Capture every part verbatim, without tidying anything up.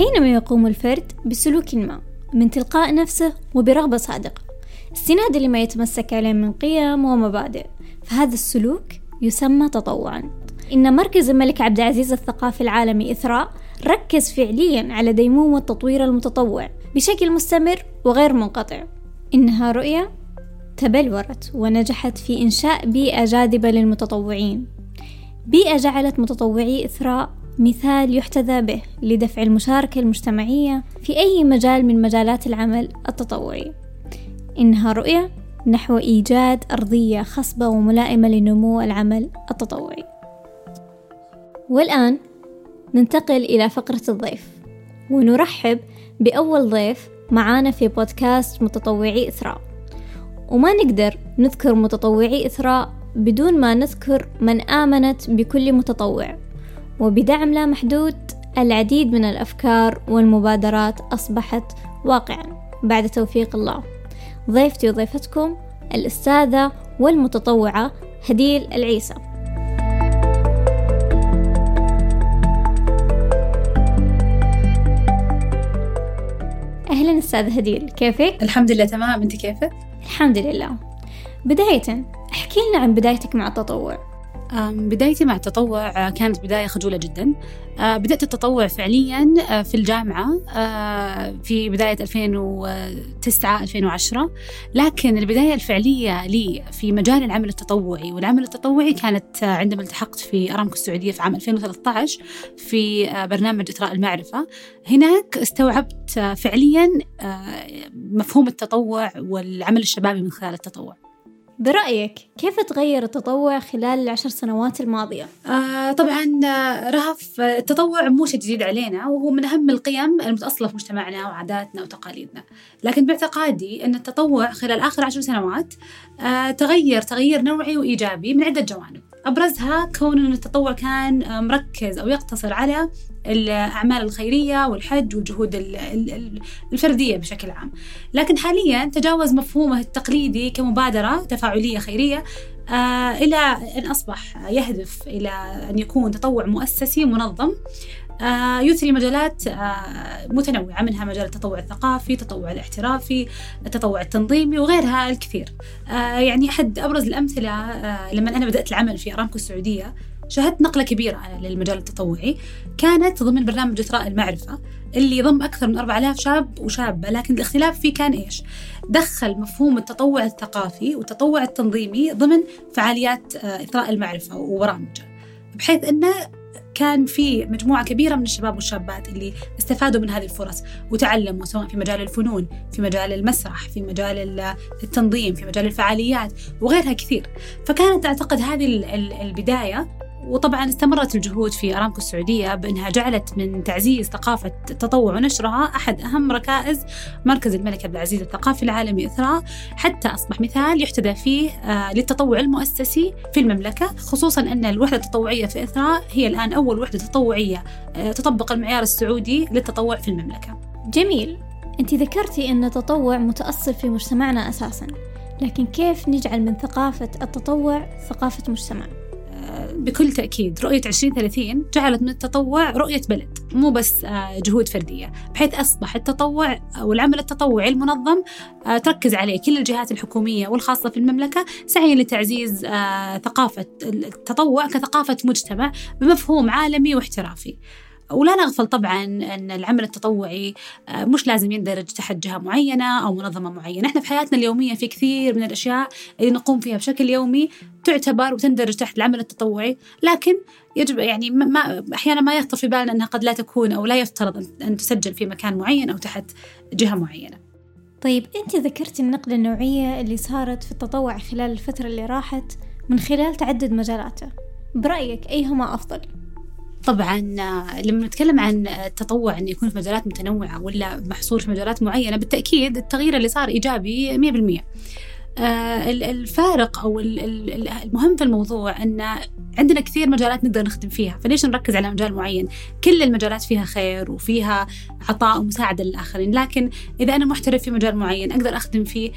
حينما يقوم الفرد بسلوك ما من تلقاء نفسه وبرغبة صادقة استنادا لما يتمسك عليه من قيم ومبادئ، فهذا السلوك يسمى تطوعا. إن مركز الملك عبد العزيز الثقافي العالمي إثراء ركز فعليا على ديمومة التطوير المتطوع بشكل مستمر وغير منقطع. إنها رؤية تبلورت ونجحت في إنشاء بيئة جاذبة للمتطوعين، بيئة جعلت متطوعي إثراء مثال يحتذى به لدفع المشاركة المجتمعية في أي مجال من مجالات العمل التطوعي. إنها رؤية نحو إيجاد أرضية خصبة وملائمة لنمو العمل التطوعي. والآن ننتقل إلى فقرة الضيف، ونرحب بأول ضيف معانا في بودكاست متطوعي إثراء. وما نقدر نذكر متطوعي إثراء بدون ما نذكر من آمنت بكل متطوع، وبدعم لا محدود العديد من الأفكار والمبادرات أصبحت واقعا بعد توفيق الله. ضيفتي وضيفتكم الأستاذة والمتطوعة هديل العيسى. أهلا أستاذة هديل، كيفك؟ الحمد لله تمام، أنت كيفك؟ الحمد لله. بداية احكي لنا عن بدايتك مع التطوع. بدايتي مع التطوع كانت بداية خجولة جدا. بدأت التطوع فعليا في الجامعة في بداية ألفين وتسعة ألفين وعشرة، لكن البداية الفعلية لي في مجال العمل التطوعي والعمل التطوعي كانت عندما التحقت في أرامكو السعودية في عام ألفين وثلاثة عشر في برنامج إثراء المعرفة. هناك استوعبت فعليا مفهوم التطوع والعمل الشبابي من خلال التطوع. برأيك كيف تغير التطوع خلال العشر سنوات الماضية؟ آه طبعا رهف، التطوع مو شيء جديد علينا، وهو من أهم القيم المتأصلة في مجتمعنا وعاداتنا وتقاليدنا. لكن باعتقادي أن التطوع خلال آخر عشر سنوات آه تغير تغير نوعي وإيجابي من عدة جوانب. أبرزها كون أن التطوع كان مركز أو يقتصر على الأعمال الخيرية والحج والجهود الفردية بشكل عام، لكن حاليا تجاوز مفهومه التقليدي كمبادرة تفاعلية خيرية آه إلى أن أصبح يهدف إلى أن يكون تطوع مؤسسي منظم آه يثري مجالات آه متنوعة، منها مجال التطوع الثقافي، التطوع الاحترافي، التطوع التنظيمي وغيرها الكثير. آه يعني أحد أبرز الأمثلة آه لما أنا بدأت العمل في أرامكو السعودية شهدت نقلة كبيرة للمجال التطوعي، كانت ضمن برنامج إثراء المعرفة اللي ضم أكثر من أربعة آلاف شاب وشابة، لكن الاختلاف فيه كان إيش؟ دخل مفهوم التطوع الثقافي والتطوع التنظيمي ضمن فعاليات إثراء المعرفة وبرامجه، بحيث أنه كان في مجموعة كبيرة من الشباب والشابات اللي استفادوا من هذه الفرص وتعلموا، سواء في مجال الفنون، في مجال المسرح، في مجال التنظيم، في مجال الفعاليات وغيرها كثير. فكانت أعتقد هذه البداية. وطبعا استمرت الجهود في أرامكو السعودية بأنها جعلت من تعزيز ثقافة التطوع ونشرها أحد أهم ركائز مركز الملك عبد العزيز الثقافي العالمي إثراء، حتى أصبح مثال يحتذى فيه للتطوع المؤسسي في المملكة، خصوصا أن الوحدة التطوعية في إثراء هي الآن أول وحدة تطوعية تطبق المعيار السعودي للتطوع في المملكة. جميل. أنت ذكرتي أن التطوع متأصل في مجتمعنا أساسا، لكن كيف نجعل من ثقافة التطوع ثقافة مجتمع؟ بكل تأكيد رؤية عشرين ثلاثين جعلت من التطوع رؤية بلد، مو بس جهود فردية، بحيث أصبح التطوع والعمل التطوعي المنظم تركز عليه كل الجهات الحكومية والخاصة في المملكة، سعيا لتعزيز ثقافة التطوع كثقافة مجتمع بمفهوم عالمي واحترافي. ولا نغفل طبعاً أن العمل التطوعي مش لازم يندرج تحت جهة معينة أو منظمة معينة. إحنا في حياتنا اليومية في كثير من الأشياء اللي نقوم فيها بشكل يومي تعتبر وتندرج تحت العمل التطوعي، لكن يجب يعني ما أحياناً ما يخطر في بالنا أنها قد لا تكون أو لا يفترض أن تسجل في مكان معين أو تحت جهة معينة. طيب أنت ذكرت النقلة النوعية اللي صارت في التطوع خلال الفترة اللي راحت من خلال تعدد مجالاته، برأيك أيهما أفضل؟ طبعا لما نتكلم عن التطوع أن يكون في مجالات متنوعة ولا محصور في مجالات معينة، بالتأكيد التغيير اللي صار إيجابي مية بالمية. الفارق أو المهم في الموضوع أن عندنا كثير مجالات نقدر نخدم فيها، فليش نركز على مجال معين؟ كل المجالات فيها خير وفيها عطاء ومساعدة للآخرين، لكن إذا أنا محترف في مجال معين أقدر أخدم فيه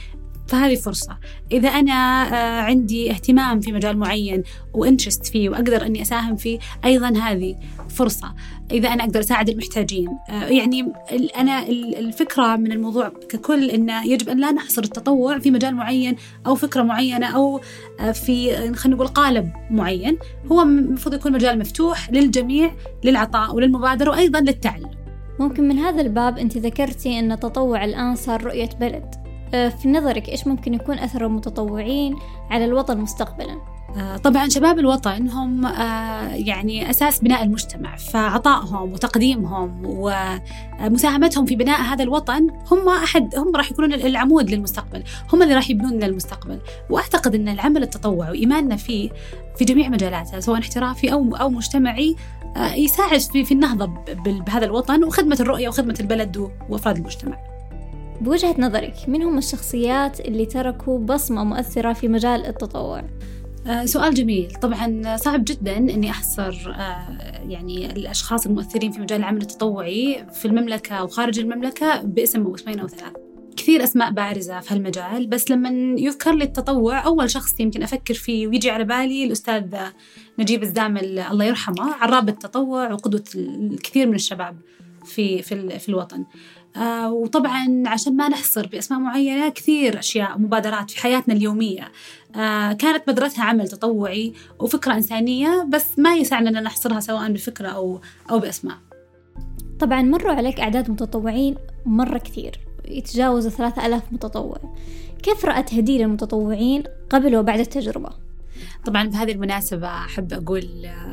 فهذه فرصة. إذا أنا عندي اهتمام في مجال معين وانترست فيه وأقدر أني أساهم فيه، أيضا هذه فرصة. إذا أنا أقدر أساعد المحتاجين، يعني أنا الفكرة من الموضوع ككل إنه يجب أن لا نحصر التطوع في مجال معين أو فكرة معينة أو في خلينا نقول قالب معين. هو المفروض يكون مجال مفتوح للجميع، للعطاء وللمبادرة وأيضا للتعلم. ممكن من هذا الباب أنت ذكرتي أن التطوع الآن صار رؤية بلد. في نظرك إيش ممكن يكون أثر المتطوعين على الوطن مستقبلاً؟ طبعاً شباب الوطن هم يعني أساس بناء المجتمع، فعطائهم وتقديمهم ومساهمتهم في بناء هذا الوطن هم أحد هم راح يكونون العمود للمستقبل، هم اللي راح يبنون لنا المستقبل. وأعتقد أن العمل التطوعي وإيماننا فيه في جميع مجالاته سواء احترافي أو أو مجتمعي يساعد في في النهضة بهذا الوطن وخدمة الرؤية وخدمة البلد وأفراد المجتمع. بوجهة نظرك مين هم الشخصيات اللي تركوا بصمة مؤثرة في مجال التطوع؟ آه سؤال جميل. طبعا صعب جدا أني أحصر آه يعني الأشخاص المؤثرين في مجال العمل التطوعي في المملكة وخارج المملكة باسم أو اسمين أو ثلاث. كثير أسماء بارزة في هالمجال، بس لما يذكر لي التطوع أول شخص يمكن أفكر فيه ويجي على بالي الأستاذ نجيب الزامل الله يرحمه، عراب التطوع وقدوة الكثير من الشباب في في في الوطن. آه وطبعاً عشان ما نحصر بأسماء معينة، كثير أشياء مبادرات في حياتنا اليومية آه كانت بذرتها عمل تطوعي وفكرة إنسانية، بس ما يسعنا أن نحصرها سواء بفكرة أو أو بأسماء. طبعاً مروا عليك أعداد متطوعين مرة كثير، يتجاوز ثلاثة آلاف متطوع. كيف رأت هدية المتطوعين قبل وبعد التجربة؟ طبعاً بهذه المناسبة أحب أقول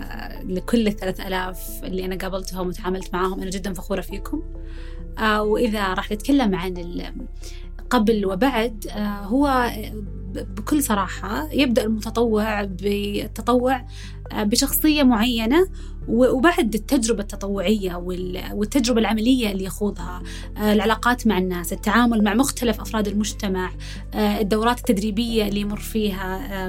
لكل الثلاث آلاف اللي أنا قابلتهم وتعاملت معهم أنا جداً فخورة فيكم. وإذا راح نتكلم عن قبل وبعد، هو بكل صراحة يبدأ المتطوع بالتطوع بشخصية معينة، وبعد التجربة التطوعية والتجربة العملية اللي يخوضها، العلاقات مع الناس، التعامل مع مختلف أفراد المجتمع، الدورات التدريبية اللي يمر فيها،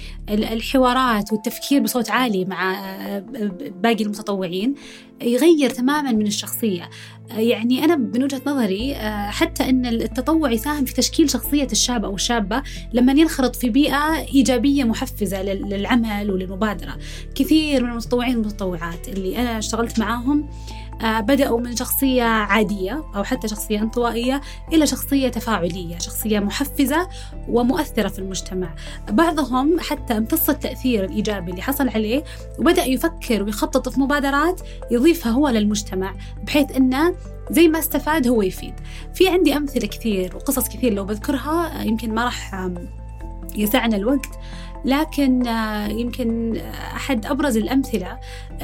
الحوارات والتفكير بصوت عالي مع باقي المتطوعين، يغير تماماً من الشخصية. يعني أنا من وجهة نظري حتى أن التطوع يساهم في تشكيل شخصية الشاب أو الشابة لما ينخرط في بيئة إيجابية محفزة للعمل وللمبادرة. كثير من المتطوعين والمتطوعات اللي أنا اشتغلت معاهم بدأوا من شخصية عادية أو حتى شخصية انطوائية إلى شخصية تفاعلية، شخصية محفزة ومؤثرة في المجتمع. بعضهم حتى امتص التأثير الإيجابي اللي حصل عليه وبدأ يفكر ويخطط في مبادرات يضيفها هو للمجتمع، بحيث أنه زي ما استفاد هو يفيد. في عندي أمثلة كثير وقصص كثير لو بذكرها يمكن ما راح يسعنا الوقت، لكن يمكن أحد أبرز الأمثلة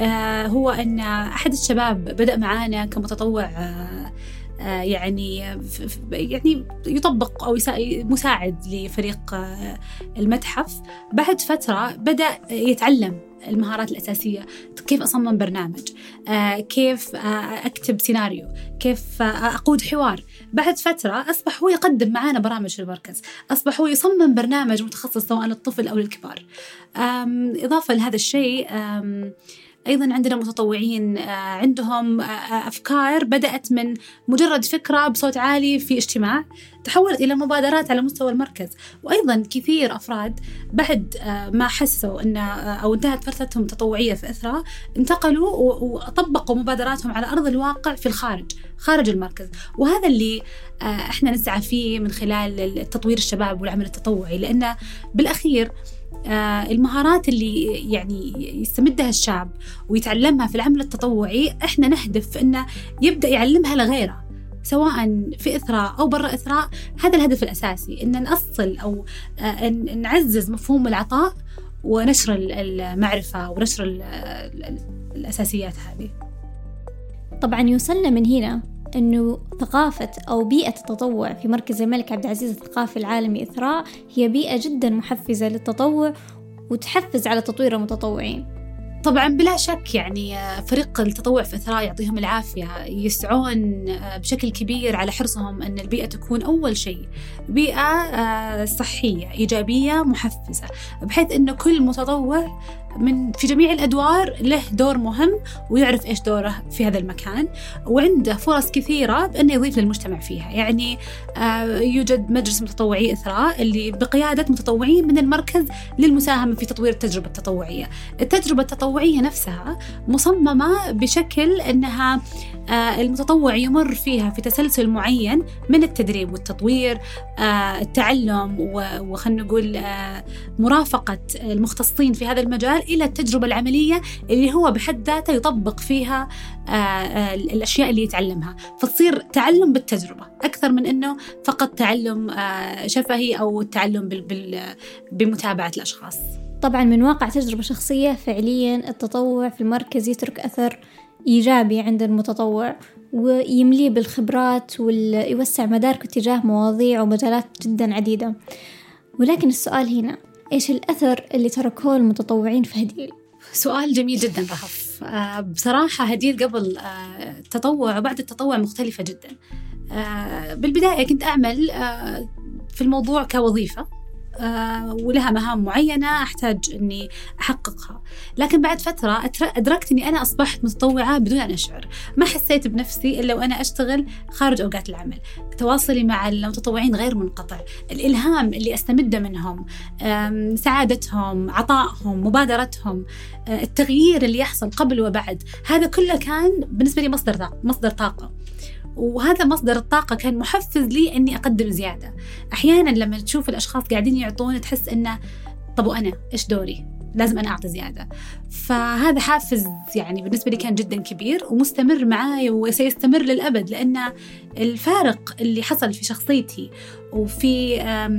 هو أن أحد الشباب بدأ معانا كمتطوع يعني يعني يطبق أو مساعد لفريق المتحف. بعد فترة بدأ يتعلم المهارات الأساسية، كيف أصمم برنامج، كيف أكتب سيناريو، كيف أقود حوار. بعد فترة أصبح هو يقدم معانا برامج في المركز، أصبح هو يصمم برنامج متخصص سواء للطفل أو للكبار. إضافة لهذا الشيء أيضاً عندنا متطوعين عندهم أفكار بدأت من مجرد فكرة بصوت عالي في اجتماع تحولت إلى مبادرات على مستوى المركز. وأيضاً كثير أفراد بعد ما حسوا أن أو انتهت فرصتهم التطوعية في إثرا انتقلوا وطبقوا مبادراتهم على أرض الواقع في الخارج خارج المركز. وهذا اللي إحنا نسعى فيه من خلال التطوير الشباب والعمل التطوعي، لأن بالأخير آه المهارات اللي يعني يستمدها الشاب ويتعلمها في العمل التطوعي إحنا نهدف أنه يبدأ يعلمها لغيره سواء في إثراء أو برا إثراء. هذا الهدف الأساسي، أن نأصل أو آه نعزز مفهوم العطاء ونشر المعرفة ونشر الأساسيات هذه. طبعا يوصلنا من هنا أنه ثقافة أو بيئة التطوع في مركز الملك عبد العزيز الثقافي العالمي إثراء هي بيئة جدا محفزة للتطوع وتحفز على تطوير المتطوعين. طبعا بلا شك يعني فريق التطوع في إثراء يعطيهم العافية يسعون بشكل كبير على حرصهم أن البيئة تكون أول شيء بيئة صحية إيجابية محفزة، بحيث أن كل متطوع من في جميع الأدوار له دور مهم ويعرف إيش دوره في هذا المكان، وعنده فرص كثيرة بأنه يضيف للمجتمع فيها. يعني آه يوجد مجلس متطوعي إثراء اللي بقيادة متطوعين من المركز للمساهمة في تطوير التجربة التطوعية. التجربة التطوعية نفسها مصممة بشكل أنها آه المتطوع يمر فيها في تسلسل معين من التدريب والتطوير، آه التعلم، وخلنا نقول آه مرافقة المختصين في هذا المجال إلى التجربة العملية اللي هو بحد ذاته يطبق فيها آه آه الأشياء اللي يتعلمها، فتصير تعلم بالتجربة أكثر من أنه فقط تعلم آه شفهي أو التعلم بال بال بمتابعة الأشخاص. طبعا من واقع تجربة شخصية فعليا التطوع في المركز يترك أثر إيجابي عند المتطوع ويمليه بالخبرات ويوسع مداركه تجاه مواضيع ومجالات جدا عديدة. ولكن السؤال هنا، إيش الأثر اللي تركوه المتطوعين في هديل؟ سؤال جميل جدا رهف. آه بصراحة هديل قبل آه التطوع وبعد التطوع مختلفة جدا. آه بالبداية كنت أعمل آه في الموضوع كوظيفة آه ولها مهام معينة أحتاج أني أحققها، لكن بعد فترة أدركت أني أنا أصبحت متطوعة بدون أن أشعر. ما حسيت بنفسي إلا وأنا أشتغل خارج أوقات العمل. تواصلي مع المتطوعين غير منقطع، الإلهام اللي أستمده منهم، سعادتهم، عطائهم، مبادرتهم، التغيير اللي يحصل قبل وبعد، هذا كله كان بالنسبة لي مصدر طاقة, مصدر طاقة. وهذا مصدر الطاقة كان محفز لي أني أقدم زيادة. أحيانا لما تشوف الأشخاص قاعدين يعطون تحس إنه طب وأنا إيش دوري؟ لازم أنا أعطي زيادة. فهذا حافز يعني بالنسبة لي كان جدا كبير ومستمر معاي وسيستمر للأبد، لأن الفارق اللي حصل في شخصيتي وفي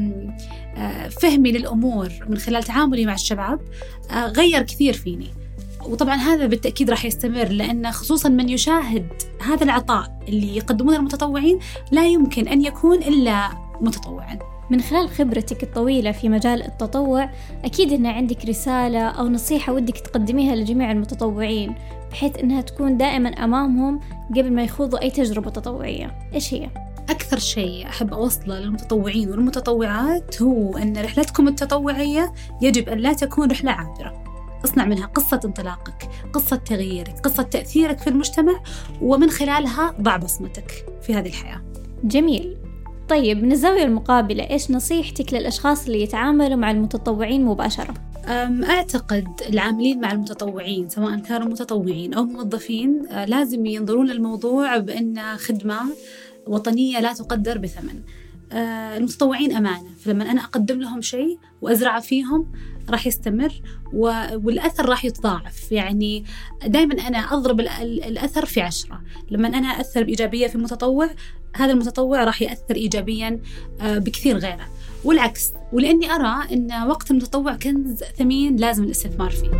فهمي للأمور من خلال تعاملي مع الشباب غير كثير فيني. وطبعا هذا بالتأكيد راح يستمر، لأن خصوصا من يشاهد هذا العطاء اللي يقدمونه المتطوعين لا يمكن أن يكون إلا متطوعا. من خلال خبرتك الطويلة في مجال التطوع أكيد أن عندك رسالة أو نصيحة ودك تقدميها لجميع المتطوعين بحيث أنها تكون دائما أمامهم قبل ما يخوضوا أي تجربة تطوعية. إيش هي؟ أكثر شيء أحب أوصله للمتطوعين والمتطوعات هو أن رحلتكم التطوعية يجب أن لا تكون رحلة عابرة. اصنع منها قصة انطلاقك، قصة تغييرك، قصة تأثيرك في المجتمع، ومن خلالها ضع بصمتك في هذه الحياة. جميل. طيب من الزاوية المقابلة إيش نصيحتك للأشخاص اللي يتعاملوا مع المتطوعين مباشرة؟ أعتقد العاملين مع المتطوعين سواء كانوا متطوعين أو موظفين لازم ينظرون للموضوع بأن خدمة وطنية لا تقدر بثمن. المتطوعين أمانة، فلما أنا أقدم لهم شيء وأزرع فيهم راح يستمر والأثر راح يتضاعف. يعني دايما أنا أضرب الأثر في عشرة. لما أنا أثر بإيجابية في متطوع، هذا المتطوع راح يأثر إيجابيا بكثير غيره، والعكس. ولأني أرى أن وقت المتطوع كنز ثمين لازم الاستثمار فيه.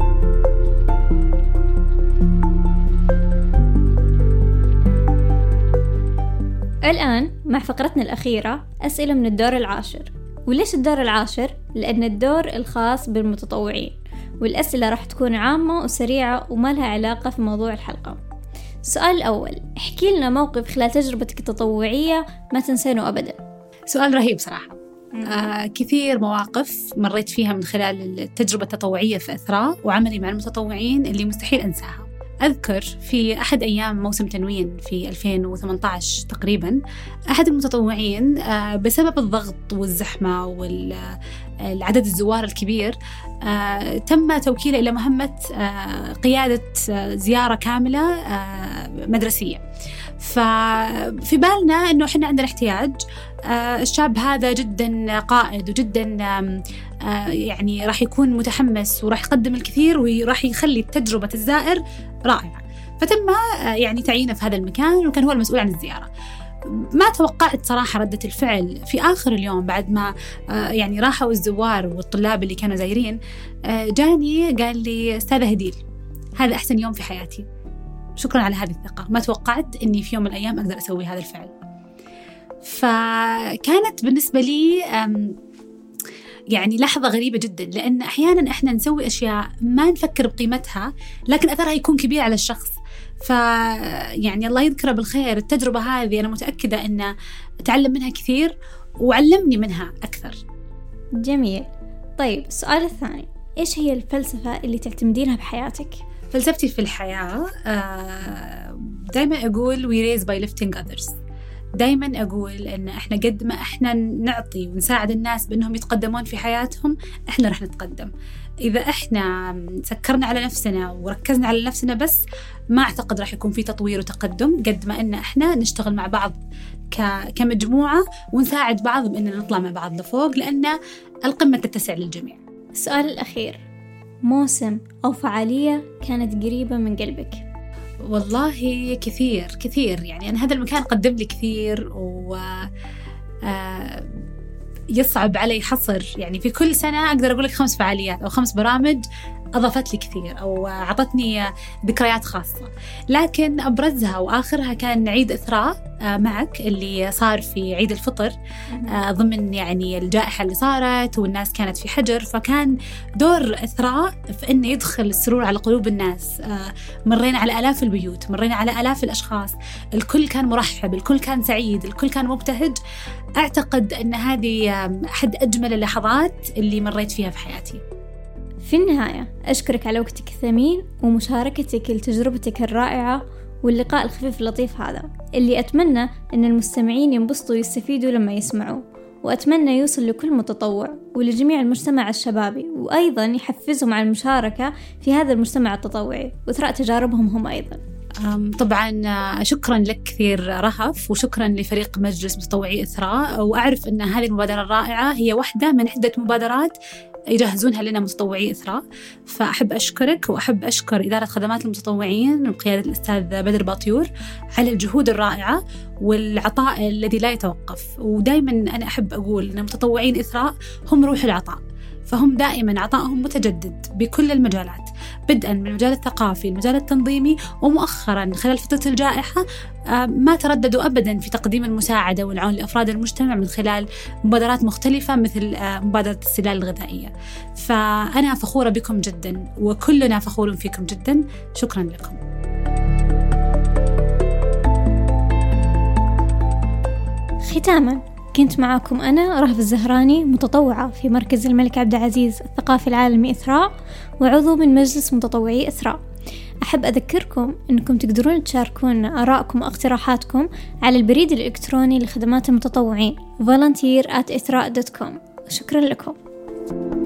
الآن مع فقرتنا الأخيرة أسئلة من الدور العاشر. وليش الدور العاشر؟ لأن الدور الخاص بالمتطوعين، والأسئلة راح تكون عامة وسريعة وما لها علاقة في موضوع الحلقة. السؤال الأول، احكي لنا موقف خلال تجربتك التطوعية ما تنسينه أبدا. سؤال رهيب صراحة. آه كثير مواقف مريت فيها من خلال التجربة التطوعية في إثراء وعملي مع المتطوعين اللي مستحيل أنساها. أذكر في أحد أيام موسم تنوين في ألفين وثمانية عشر تقريبا، أحد المتطوعين بسبب الضغط والزحمة والعدد الزوار الكبير تم توكيله إلى مهمة قيادة زيارة كاملة مدرسية. ففي بالنا أنه إحنا عندنا احتياج، الشاب هذا جدا قائد وجدا يعني راح يكون متحمس وراح يقدم الكثير وراح يخلي تجربة الزائر رائعة. فتم يعني تعيينه في هذا المكان وكان هو المسؤول عن الزيارة. ما توقعت صراحة ردة الفعل في آخر اليوم بعد ما يعني راحوا الزوار والطلاب اللي كانوا زايرين. جاني قال لي أستاذة هديل، هذا أحسن يوم في حياتي، شكرا على هذه الثقة، ما توقعت أني في يوم من الأيام أقدر أسوي هذا الفعل. فكانت بالنسبة لي يعني لحظة غريبة جدا، لأن أحيانا إحنا نسوي أشياء ما نفكر بقيمتها لكن أثرها يكون كبير على الشخص. فيعني الله يذكره بالخير، التجربة هذه أنا متأكدة أن أتعلم منها كثير وعلمني منها أكثر. جميل. طيب السؤال الثاني، إيش هي الفلسفة اللي تعتمدينها بحياتك؟ فلسفتي في الحياة دايما أقول we raise by lifting others. دايما أقول إن إحنا قد ما إحنا نعطي ونساعد الناس بأنهم يتقدمون في حياتهم، إحنا رح نتقدم. إذا إحنا سكرنا على نفسنا وركزنا على نفسنا بس، ما أعتقد رح يكون في تطوير وتقدم قد ما إن إحنا نشتغل مع بعض كمجموعة ونساعد بعض بأننا نطلع مع بعض لفوق، لأن القمة تتسع للجميع. السؤال الأخير، موسم أو فعالية كانت قريبة من قلبك؟ والله كثير كثير، يعني أنا هذا المكان قدم لي كثير و يصعب علي حصر. يعني في كل سنة أقدر أقول لك خمس فعاليات أو خمس برامج أضافت لي كثير أو أعطتني ذكريات خاصة، لكن أبرزها وآخرها كان عيد إثراء معك اللي صار في عيد الفطر ضمن يعني الجائحة اللي صارت والناس كانت في حجر، فكان دور إثراء في أنه يدخل السرور على قلوب الناس. مرينا على آلاف البيوت، مرينا على آلاف الأشخاص، الكل كان مرحب، الكل كان سعيد، الكل كان مبتهج. أعتقد أن هذه أحد أجمل اللحظات اللي مريت فيها في حياتي. في النهاية أشكرك على وقتك الثمين ومشاركتك لتجربتك الرائعة واللقاء الخفيف اللطيف هذا، اللي أتمنى أن المستمعين ينبسطوا ويستفيدوا لما يسمعوا، وأتمنى يوصل لكل متطوع ولجميع المجتمع الشبابي، وأيضا يحفزهم على المشاركة في هذا المجتمع التطوعي وإثراء تجاربهم هم أيضا. طبعا شكرا لك كثير رهف، وشكرا لفريق مجلس متطوعي إثراء، وأعرف أن هذه المبادرة الرائعة هي واحدة من عدة مبادرات يجهزونها لنا متطوعي إثراء. فأحب أشكرك وأحب أشكر إدارة خدمات المتطوعين بقيادة الأستاذ بدر باطيور على الجهود الرائعة والعطاء الذي لا يتوقف. ودائما أنا أحب أقول أن متطوعين إثراء هم روح العطاء، فهم دائما عطائهم متجدد بكل المجالات، بدءا من المجال الثقافي، المجال التنظيمي، ومؤخرا خلال فترة الجائحة ما ترددوا أبدا في تقديم المساعدة والعون لأفراد المجتمع من خلال مبادرات مختلفة مثل مبادرة السلال الغذائية. فأنا فخورة بكم جدا وكلنا فخور فيكم جدا. شكرا لكم. ختاما، كنت معكم أنا رهف الزهراني، متطوعة في مركز الملك عبد العزيز الثقافي العالمي إثراء، وعضو من مجلس متطوعي إثراء. أحب أذكركم أنكم تقدرون تشاركون آراءكم واقتراحاتكم على البريد الإلكتروني لخدمات المتطوعين volunteer at ithra dot com. وشكرا لكم.